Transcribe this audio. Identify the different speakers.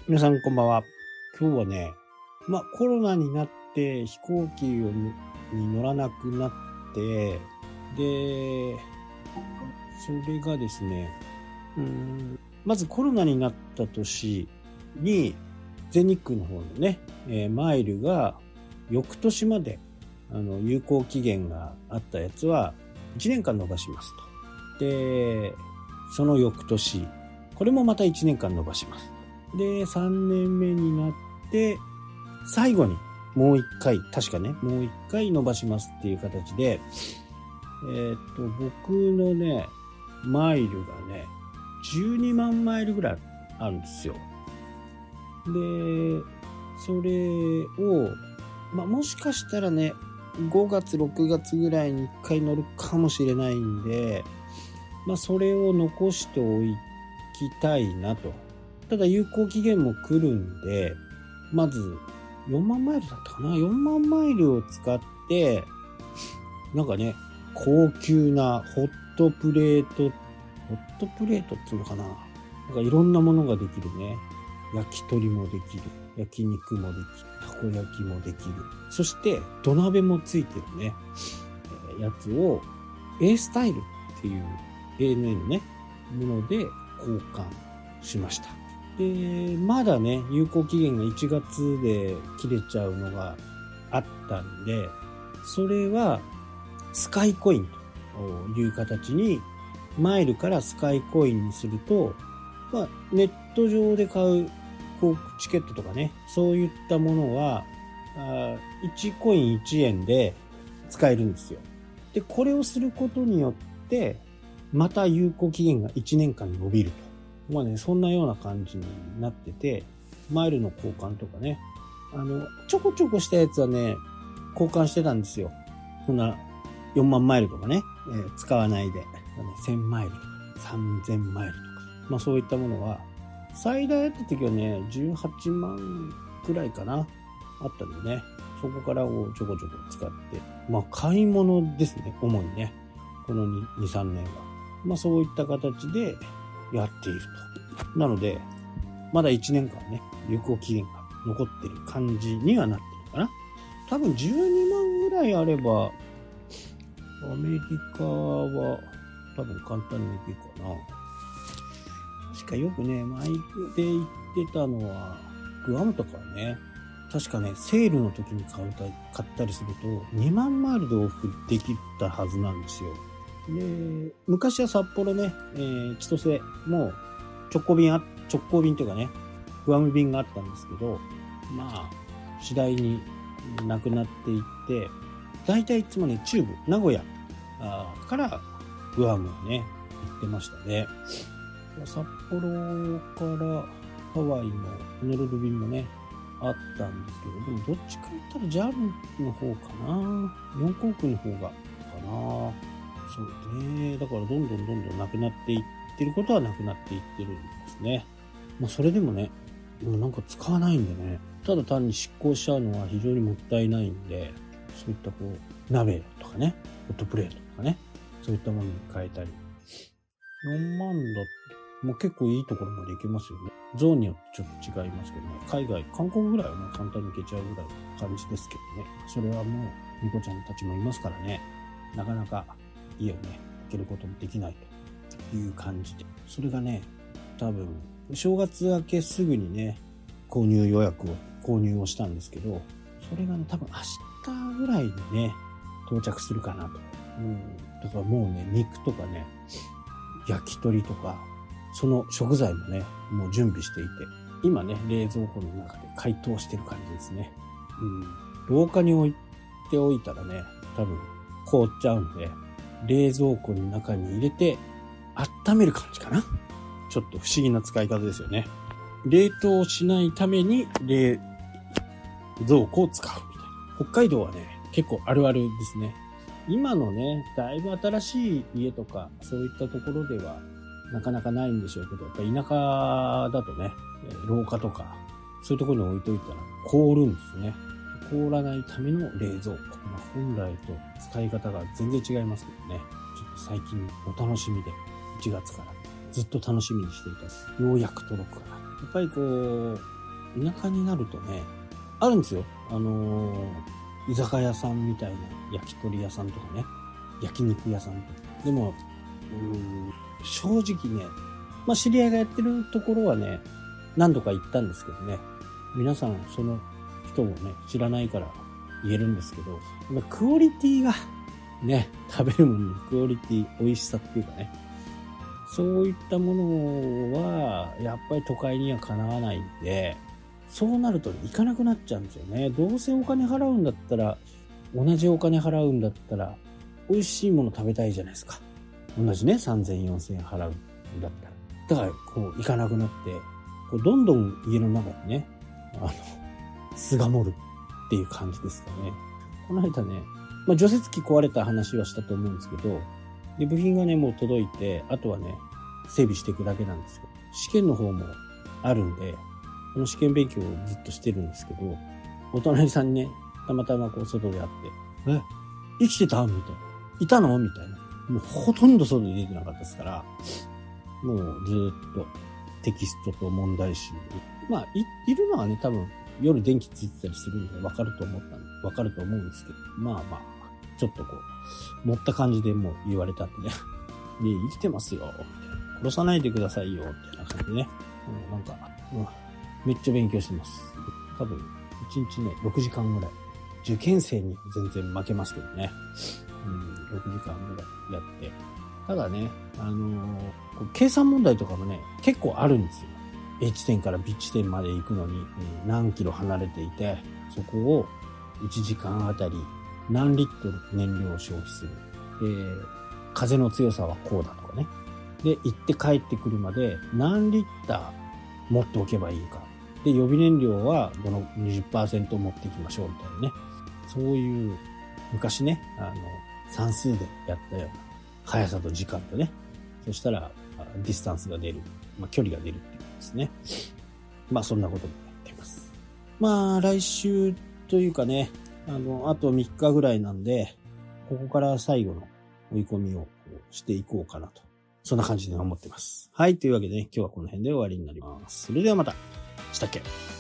Speaker 1: 皆さんこんばんは。今日はね、コロナになって飛行機に乗らなくなって、で、それがですね、まずコロナになった年に全日空の方のね、マイルが翌年まで有効期限があったやつは1年間延ばしますと。で、その翌年、これもまた1年間延ばします。で、3年目になって、最後にもう一回、確かね、もう一回伸ばしますっていう形で、僕のね、マイルがね、12万マイルぐらいあるんですよ。で、それを、もしかしたらね、5月、6月ぐらいに1回乗るかもしれないんで、それを残しておきたいなと。ただ有効期限も来るんで、まず4万マイルだったかな ?4 万マイルを使って、なんかね、高級なホットプレートっていうのかな、なんかいろんなものができるね。焼き鳥もできる。焼肉もできる。たこ焼きもできる。そして土鍋もついてるね、やつを A スタイルっていう ANA のね、もので交換しました。で、まだね、有効期限が1月で切れちゃうのがあったんで、それはスカイコインという形に、マイルからスカイコインにすると、ネット上で買うチケットとかね、そういったものは、1コイン1円で使えるんですよ。で、これをすることによって、また有効期限が1年間伸びると。そんなような感じになってて、マイルの交換とかね、ちょこちょこしたやつはね、交換してたんですよ。そんな4万マイルとかね、使わないで、1000マイルとか3000マイルとか、そういったものは、最大やった時はね、18万くらいかな、あったんでね、そこからをちょこちょこ使って、買い物ですね、主にね、この2、3年は。そういった形でやっていると。なので、まだ1年間ね、有効期限が残ってる感じにはなってるかな。多分12万ぐらいあれば、アメリカは多分簡単にできるかな。確かよくね、マイクで言ってたのは、グアムとかね、確かね、セールの時に買ったりすると、2万マイルで往復できたはずなんですよ。で、昔は札幌ね、千歳も直行便というかね、グアム便があったんですけど、次第になくなっていって、だいたいいつもね、中部、名古屋からグアムをね、行ってましたね。札幌からハワイのホノルル便もね、あったんですけど、でもどっちか言ったら JAL の方かな。日本航空の方がかな。そうね。だからどんどんなくなっていってることはなくなっていってるんですね。それでもね、なんか使わないんでね、ただ単に執行しちゃうのは非常にもったいないんで、そういった鍋とかね、ホットプレートとかね、そういったものに変えたり。4万だって、結構いいところまで行けますよね。ゾーンによってちょっと違いますけどね。海外、韓国ぐらいはね、簡単に行けちゃうぐらいの感じですけどね。それはもう、ニコちゃんたちもいますからね。なかなか家をね、開けることもできないという感じで。それがね、多分、正月明けすぐにね、購入をしたんですけど、それがね、多分明日ぐらいにね、到着するかなと。だからもうね、肉とかね、焼き鳥とか、その食材もね、もう準備していて、今ね、冷蔵庫の中で解凍してる感じですね。廊下に置いておいたらね、多分凍っちゃうんで、冷蔵庫の中に入れて温める感じかな。ちょっと不思議な使い方ですよね。冷凍しないために冷蔵庫を使うみたいな。北海道はね、結構あるあるですね。今のね、だいぶ新しい家とか、そういったところでは、なかなかないんでしょうけど、やっぱり田舎だとね、廊下とか、そういうところに置いといたら凍るんですね。凍らないための冷蔵庫。本来と使い方が全然違いますけどね。ちょっと最近お楽しみで、1月からずっと楽しみにしていた。ようやく届くかな。やっぱり田舎になるとね、あるんですよ。居酒屋さんみたいな焼き鳥屋さんとかね、焼肉屋さんとか。でも、正直ね、まあ知り合いがやってるところはね、何度か行ったんですけどね、皆さんその人もね、知らないから言えるんですけど、まあ、クオリティが、ね、食べるもののクオリティ、美味しさっていうかね、そういったものは、やっぱり都会にはかなわないんで、そうなると行かなくなっちゃうんですよね。どうせお金払うんだったら、同じお金払うんだったら、美味しいもの食べたいじゃないですか。同じね、3000、4000円払うんだったら。だから、こう、行かなくなって、こうどんどん家の中にね、巣がもるっていう感じですかね。この間ね、まあ、除雪機壊れた話はしたと思うんですけど、で、部品がね、もう届いて、あとはね、整備していくだけなんですよ。試験の方もあるんで、この試験勉強をずっとしてるんですけど、お隣さんにね、たまたまこう外で会って、生きてたみたいな。いたのみたいな。もうほとんど外に出てなかったですから、もうずっとテキストと問題集。まあ、いるのはね、多分夜電気ついてたりするんでわかると思うんですけど、まあまあ、ちょっとこう、持った感じでもう言われたんでね。で、生きてますよ。殺さないでくださいよ。ってな感じでね。なんか、めっちゃ勉強してます。多分、1日ね、6時間ぐらい。受験生に全然負けますけどね。6時間ぐらいやって。ただね、計算問題とかもね、結構あるんですよ。A 地点から B 地点まで行くのに、何キロ離れていて、そこを1時間あたり何リットル燃料を消費する。風の強さはこうだとかね。で、行って帰ってくるまで何リッター持っておけばいいか。で、予備燃料はどの 20% 持っていきましょうみたいなね。そういう、昔ね、算数でやったような速さと時間とね。そしたら、ディスタンスが出る。距離が出るっていうことですね。そんなこともやっています。来週というかね、あと3日ぐらいなんで、ここから最後の追い込みをしていこうかなと。そんな感じで思ってます。はい。というわけでね、今日はこの辺で終わりになります。それではまた。したっけ